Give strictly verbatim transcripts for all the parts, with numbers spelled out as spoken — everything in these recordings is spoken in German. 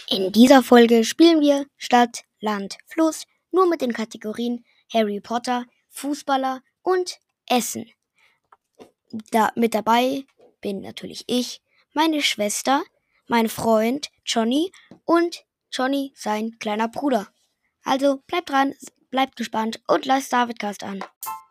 In dieser Folge spielen wir Stadt, Land, Fluss, nur mit den Kategorien Harry Potter, Fußballer und Essen. Da, mit dabei bin natürlich ich, meine Schwester, mein Freund Johnny und Johnny, sein kleiner Bruder. Also bleibt dran, bleibt gespannt und lasst Davidcast an.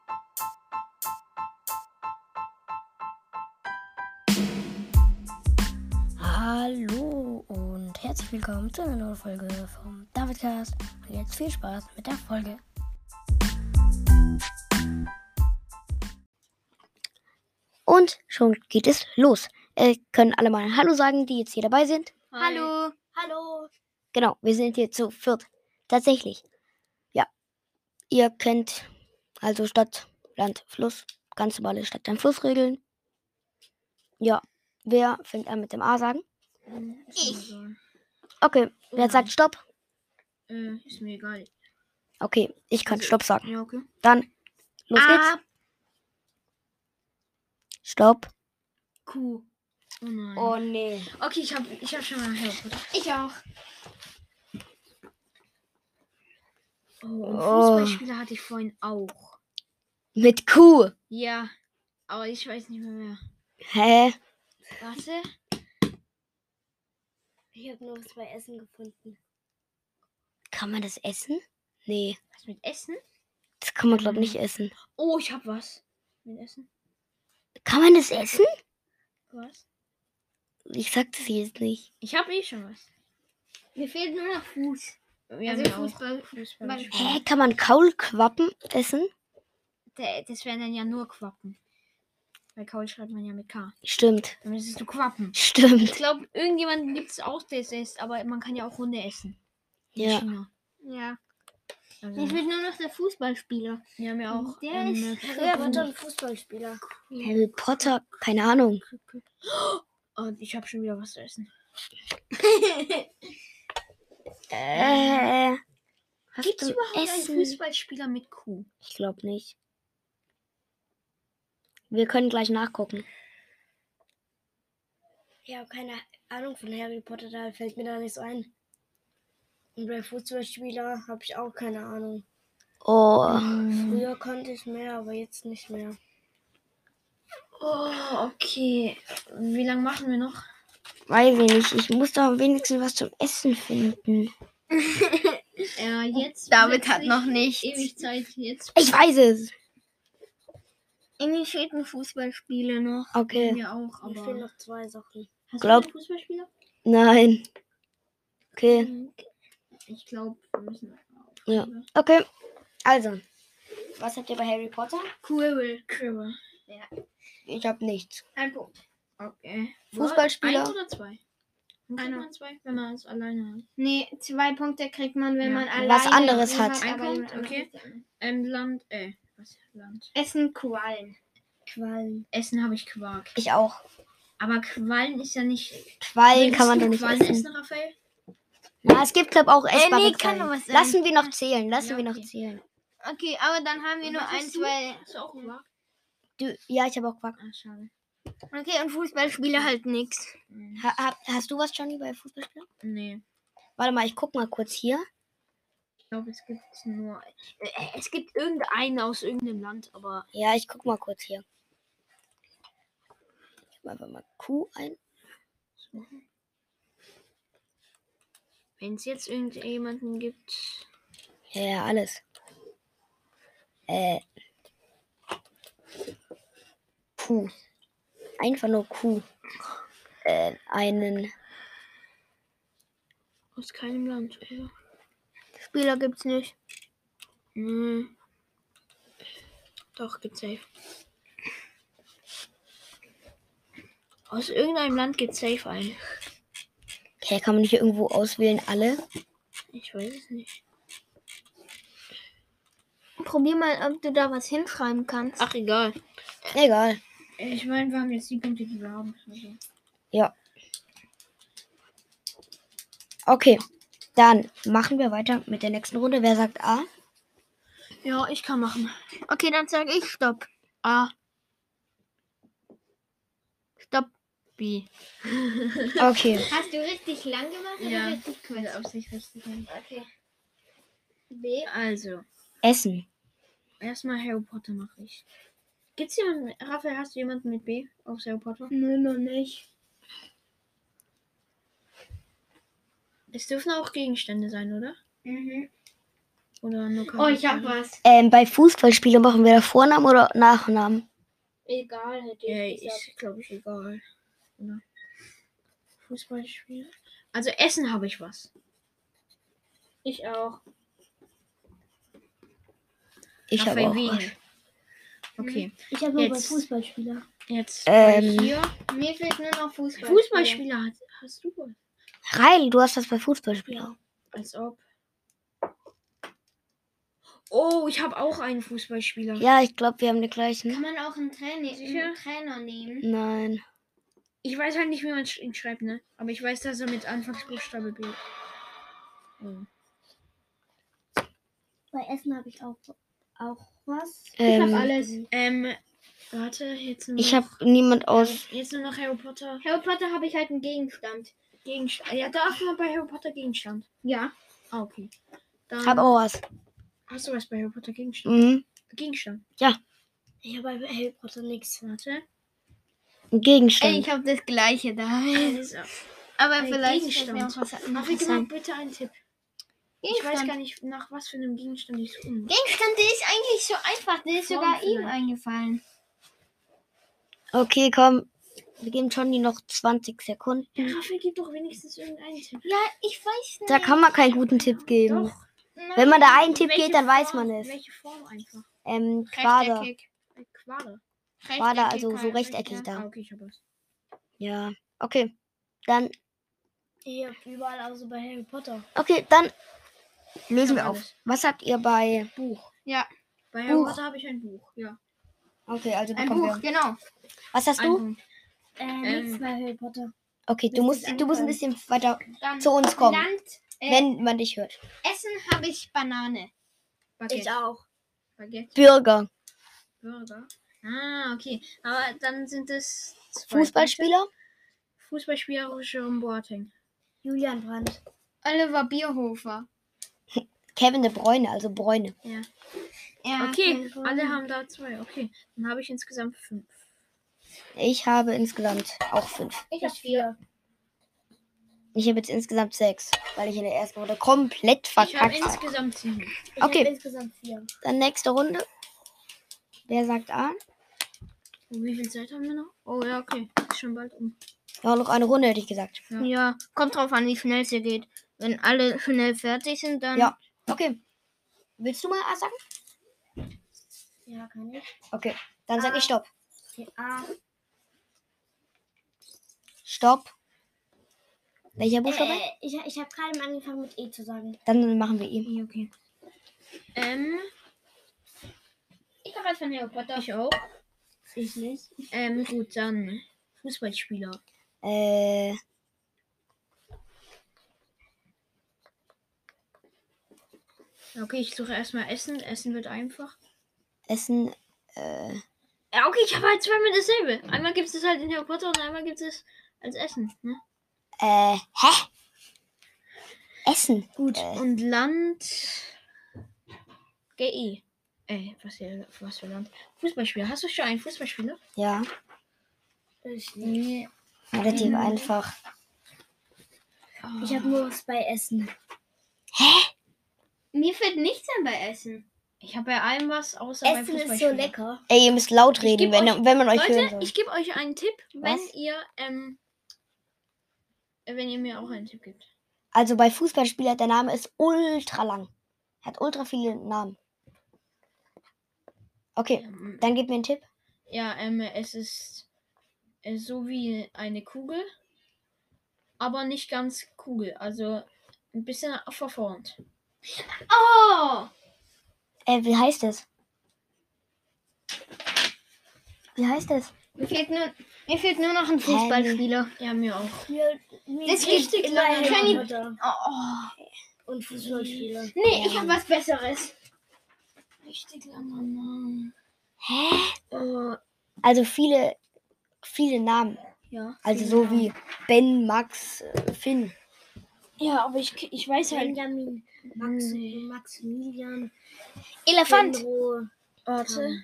Hallo und herzlich willkommen zu einer neuen Folge vom Davidcast. Und jetzt viel Spaß mit der Folge. Und schon geht es los. Äh, können alle mal Hallo sagen, die jetzt hier dabei sind? Hi. Hallo. Hallo. Genau, wir sind hier zu viert. Tatsächlich. Ja. Ihr kennt also Stadt, Land, Fluss. Ganz normale Stadt, Land, Flussregeln. Ja. Wer fängt an mit dem A sagen? Ich. Okay. Oh Wer nein. sagt Stopp? Äh, ist mir egal. Okay, ich kann Also- Stopp sagen. Ja, okay. Dann, los geht's. A, Stopp. Q. Oh nein. Oh nee. Okay, ich hab, ich hab schon mal Harry Potter. Ich auch. Oh, und Oh. Fußballspieler hatte ich vorhin auch. Mit Q. Ja, aber ich weiß nicht mehr mehr. Hä? Warte. Ich habe nur zwei Essen gefunden. Kann man das essen? Nee, Was mit Essen? das kann man glaube Ähm. nicht essen. Oh, ich hab was. Mit Essen? Kann man das essen? Was? Ich sag das jetzt nicht. Ich hab eh schon was. Mir fehlt nur noch Fuß. Ja, Also mir auch. Fußball- Fußball. Ball- Hä, kann man Kaulquappen essen? Der- Das wären dann ja nur Quappen. Bei Kaul schreibt man ja mit K. Stimmt. Dann müsstest du Quappen. Ich Stimmt. glaube, irgendjemanden gibt es auch, der es isst, aber man kann ja auch Hunde essen. In Ja. China. Ja. Also, Mir fehlt nur noch der Fußballspieler. ja, mir auch. Der ähm, ist Harry Harry Potter. Potter ein Fußballspieler. Harry Potter, keine Ahnung. Und ich habe schon wieder was zu essen. Äh. Hast Gibt es du überhaupt einen Essen? Fußballspieler mit Kuh? Ich glaube nicht. Wir können gleich nachgucken. Ich habe keine Ahnung von Harry Potter, da fällt mir da nicht so ein. Und bei Fußballspieler habe ich auch keine Ahnung. Oh. Früher konnte ich mehr, aber jetzt nicht mehr. Oh, okay. Wie lange machen wir noch? Weiß ich nicht. Ich muss doch wenigstens was zum Essen finden. Ja, jetzt. David hat plötzlich noch nichts. Ewig Zeit. Jetzt. Ich weiß es. Irgendwie fehlten Fußballspiele noch. Okay. Mir auch, Mir fehlen aber. noch zwei Sachen. Hast Glaub- du einen Fußballspieler? Nein. Okay. Ich glaube, wir müssen. Ja. Okay. Also. Was habt ihr bei Harry Potter? Quirrell. Quirrell. Ich habe nichts. Ein Punkt. Okay. Fußballspieler? Ein oder zwei? Kriegt Einer. man zwei, wenn man es alleine hat. Nee, zwei Punkte kriegt man, wenn Ja. man alleine Was anderes hat. Ein aber Punkt, jemand anderes okay. nicht. Ähm, Land, äh, was? Land. Essen Quallen. Quallen. Essen habe ich Quark. Ich auch. Aber Quallen ist ja nicht. Quallen Würdest kann man du doch nicht Quallen essen. essen, Raphael? Ja, es gibt glaube auch essbare nee, kann Quallen. doch was sein. Lassen wir noch zählen. Lassen Ja, wir noch okay. zählen. Okay, aber dann haben wir Und nur was ein, hast du? zwei. Hast du auch Quark? Du, ja, ich habe auch Quark. Ah, schade. Okay, und Fußballspiele halt nix. Hm. Ha, ha, hast du was, Johnny, bei Fußballspielen? Nee. Warte mal, ich guck mal kurz hier. Ich glaube, es gibt nur. Äh, es gibt irgendeinen aus irgendeinem Land, aber. Ja, ich guck mal kurz hier. Ich mach einfach mal Q ein. Wenn es jetzt irgendjemanden gibt. Ja, ja, alles. Äh. Q. Einfach nur Q. Äh, einen Aus keinem Land. Ja. Spieler gibt's nicht. Nee. Doch, gibt's safe. Aus irgendeinem Land gibt safe ein. Okay, kann man nicht irgendwo auswählen, alle? Ich weiß es nicht. Probier mal, ob du da was hinschreiben kannst. Ach, egal. Egal. Ich meine, wir haben jetzt die Punkte, die wir haben. Also. Ja. Okay. Dann machen wir weiter mit der nächsten Runde. Wer sagt A? Ja, ich kann machen. Okay, dann sage ich Stopp. A. Stopp. B. Okay. Hast du richtig lang gemacht oder Ja. richtig kurz? Also auf sich richtig. Okay. B. Also, Essen. erstmal Harry Potter mache ich. Gibt's jemanden, Raphael, hast du jemanden mit B auf Harry Potter? Nö, noch nicht. Es dürfen auch Gegenstände sein, oder? Mhm. Oder nur Oh, ich hab Charaktere? was. Ähm, bei Fußballspielen machen wir da Vornamen oder Nachnamen? Egal, hätte Ja, ich gesagt. ist, glaube ich, egal. Oder? Fußballspiel. Also Essen habe ich was. Ich auch. Ich habe Raphael auch was. wenig. Okay, Ich habe nur bei Jetzt- Fußballspieler. jetzt Ähm, bei hier. Mir fehlt nur noch Fußballspieler. Fußballspieler hast, hast du was? Reil, du hast das bei Fußballspielen. Als ob. Oh, ich habe auch einen Fußballspieler. Ja, ich glaube, wir haben die gleichen. Kann man auch einen Trainer, Sicher? einen Trainer nehmen? Nein. Ich weiß halt nicht, wie man sch- ihn schreibt, ne? Aber ich weiß, dass er mit Anfangsbuchstabe B. Oh. Bei Essen habe ich auch, auch was. Ähm, ich habe alles. Ähm, warte, jetzt nur Ich noch. habe niemand aus. Jetzt nur noch Harry Potter. Harry Potter habe ich halt einen Gegenstand. Gegenstand. Ja, darf man bei Harry Potter Gegenstand? Ja. Ah, okay. Dann Hab auch was. hast du was bei Harry Potter Gegenstand? Mhm. Gegenstand. Ich habe bei Harry Potter nichts. Warte. Ein Gegenstand. Ey, ich habe das gleiche da. Also, Aber ein vielleicht Gegenstand. fällt mir auch was Ach, anderes wir gib mal ein. bitte einen Tipp. Ich weiß gar nicht, nach was für einem Gegenstand ich suche. Gegenstand, der ist eigentlich so einfach. Der ist Form sogar ihm vielleicht. eingefallen. Okay, komm. Wir geben Johnny noch zwanzig Sekunden. Ja, Raphael, gib doch wenigstens irgendeinen Tipp. Ja, ich weiß nicht. Da kann man keinen guten Tipp geben. Doch. Nein. Wenn man da einen Und Tipp welche geht, dann weiß Form- man es. Welche Form einfach? Ähm, Quader. Rechteckig. Äh, Quader. Quader, also so Rechteckig, rechteckig ja. da. Ah, okay, ich hab was. Ja. Okay. Dann. Ich habe überall außer bei Harry Potter. Okay, dann lösen Ich hab wir auf. alles. Was habt ihr bei Buch. Ja, Bei Harry Buch. Potter habe ich ein Buch, ja. Okay, also ein bekommen Buch, wir. genau. Was hast Ein du? Punkt. Äh, Ähm, nichts bei Harry Potter. Okay, du Mir musst, ist du musst ein eingefallen. bisschen weiter Dann zu uns kommen, Land, äh, wenn man dich hört. Essen habe ich Banane. Baguette. auch. Baguette. Bürger. Burger. Ah, okay. Aber dann sind es zwei Fußballspieler. Punkte. Fußballspieler Jerome Boateng. Julian Brandt. Oliver Bierhofer. Kevin de Bruyne, also Bräune. Ja. Ja, Okay, kein alle Problem. haben da zwei. Okay, dann habe ich insgesamt fünf. Ich habe insgesamt auch fünf. Ich habe vier. Ich habe jetzt insgesamt sechs, weil ich in der ersten Runde komplett Ich habe verkackt habe. insgesamt sieben. Ich Okay. habe insgesamt vier. Dann nächste Runde. Wer sagt A? Und wie viel Zeit haben wir noch? Oh ja, okay. Ist schon bald um. Ja, noch eine Runde hätte ich gesagt. Ja. Ja, kommt drauf an, wie schnell es hier geht. Wenn alle schnell fertig sind, dann. Ja. Okay. Willst du mal A sagen? Ja, kann ich. Okay. Dann sag ich Stopp. Okay, A. Stopp. Welcher Buchstabe? Äh, ich ich habe gerade mal angefangen mit E zu sagen. Dann machen wir E. Ja, okay. Ähm, Ich habe was von Harry Potter. ich auch. Ich nicht. Ähm, gut, dann Fußballspieler. Äh. Okay, ich suche erstmal Essen. Essen wird einfach. Essen. Äh. Ja, okay, ich habe halt zweimal dasselbe. Einmal gibt es halt in Harry Potter und einmal gibt es als Essen. Ne? Äh. Hä? Essen. Gut. Äh. Und Land. G E. Äh, was für, was für Land? Fußballspieler. Hast du schon einen Fußballspieler? Ja. Ich nicht. Relativ Mhm. einfach. Ich habe nur was bei Essen. Hä? Mir fällt nichts an bei Essen. Ich habe bei allem was außer bei Essen ist so Fußballspieler. lecker. Ey, ihr müsst laut Ich reden, geb wenn, euch- wenn man euch hören Leute, soll. ich gebe euch einen Tipp, wenn Was? ihr, ähm, wenn ihr mir auch einen Tipp gibt. Also bei Fußballspieler, der Name ist ultra lang. Hat ultra viele Namen. Okay, Ähm, dann gib mir einen Tipp. ja, ähm, es ist äh, so wie eine Kugel, aber nicht ganz Kugel, also ein bisschen verformt. Oh! Äh, wie heißt es? Wie heißt es? Mir fehlt nur, mir fehlt nur noch ein Fußballspieler. Ja, mir auch. Mir, mir Das richtig immer lange Harry Name. Potter Oh, oh. und Fußballspieler. Nee, Nee, ich habe was Besseres. Richtig langer Name. Hä? Oh, Also viele, viele Namen. Ja. Also so wie Ben, Max, äh, Finn. Ja, aber ich, ich weiß halt. Benjamin, Max, Nee. Maximilian, Elefant. Fenro, Warte.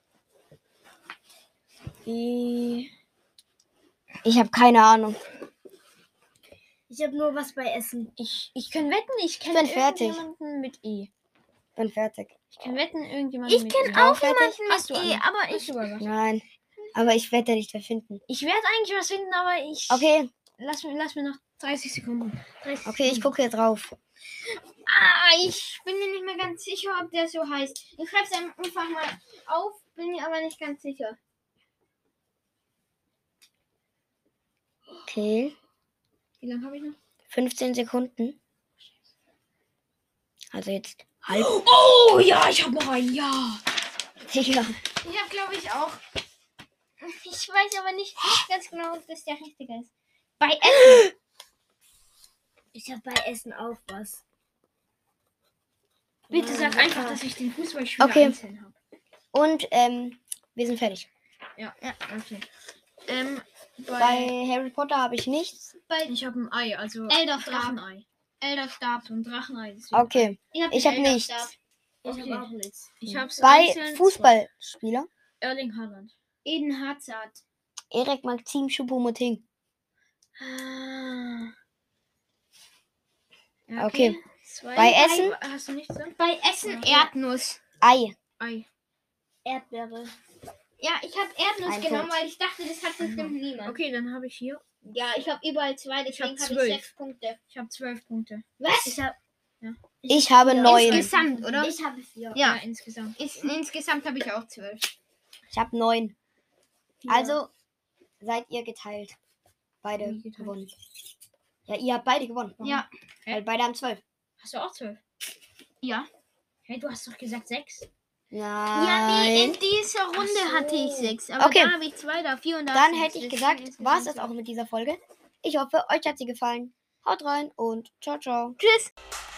E. Ich habe keine Ahnung. Ich habe nur was bei Essen. Ich, ich kann wetten, ich kenne bin fertig. irgendjemanden mit E. Bin fertig. Ich kann wetten, irgendjemanden Ich mit kenn E. auch fertig? Hast du eh, Anna? aber Hast ich. du was? Nein. Aber ich werde nicht mehr finden. Ich werde eigentlich was finden, aber ich. Okay, Lass mir, lass mir noch dreißig Sekunden. okay, ich gucke hier drauf. Ah, ich bin mir nicht mehr ganz sicher, ob der so heißt. Ich schreibe es einfach mal auf, bin mir aber nicht ganz sicher. Okay, Wie lange habe ich noch? fünfzehn Sekunden. Also jetzt halb. Oh ja, ich habe noch ein Ja. Digga. Ich habe, glaube ich, auch. Ich weiß aber nicht, nicht ganz genau, ob das der richtige ist. Bei Essen. Ich habe bei Essen auch was. Bitte sag einfach, dass ich den Fußballspieler Okay. einzeln habe. Und ähm, wir sind fertig. Ja, ja, okay. Ähm, bei, Bei Harry Potter habe ich nichts. bei ich habe ein Ei, also Elderstab. Drachenei. Elderstab. So ein Drachenei. deswegen Okay, hab ich den habe nichts. Elderstab. Ich Okay. habe auch nichts. Ich habe Bei Fußballspieler Erling Haaland. Eden Hazard. Erik Maxim Choupo-Moting. Ah. Ja, Okay. Zwei. Bei Essen? Hast du nichts drin? Bei Essen Ja. Erdnuss. Ei. Ei. Erdbeere. Ja, ich habe Erdnuss Ein genommen, Punkt. weil ich dachte, das hat bestimmt niemand. Okay, dann habe ich hier. Ja, ich habe überall zwei, Ich hab deswegen habe zwölf. ich sechs Punkte. Ich habe zwölf Punkte. Was? Ich habe Ich habe neun. Insgesamt, oder? Ich habe vier. Ja. insgesamt. Ist, insgesamt habe ich auch zwölf. Ich habe neun. Vier. Also seid ihr geteilt. Beide Wie geteilt? gewonnen. Ja, ihr habt beide gewonnen. Ja. Weil beide haben zwölf. Hast du auch zwölf? Ja. Hey, du hast doch gesagt sechs. Nein. Ja, nee, in dieser Runde Ach so. hatte ich sechs. Aber Okay. da habe ich zwei, da vier und da Dann sechs. hätte ich Deswegen gesagt, ist es war es nicht das so. auch mit dieser Folge. Ich hoffe, euch hat sie gefallen. Haut rein und ciao, ciao. Tschüss.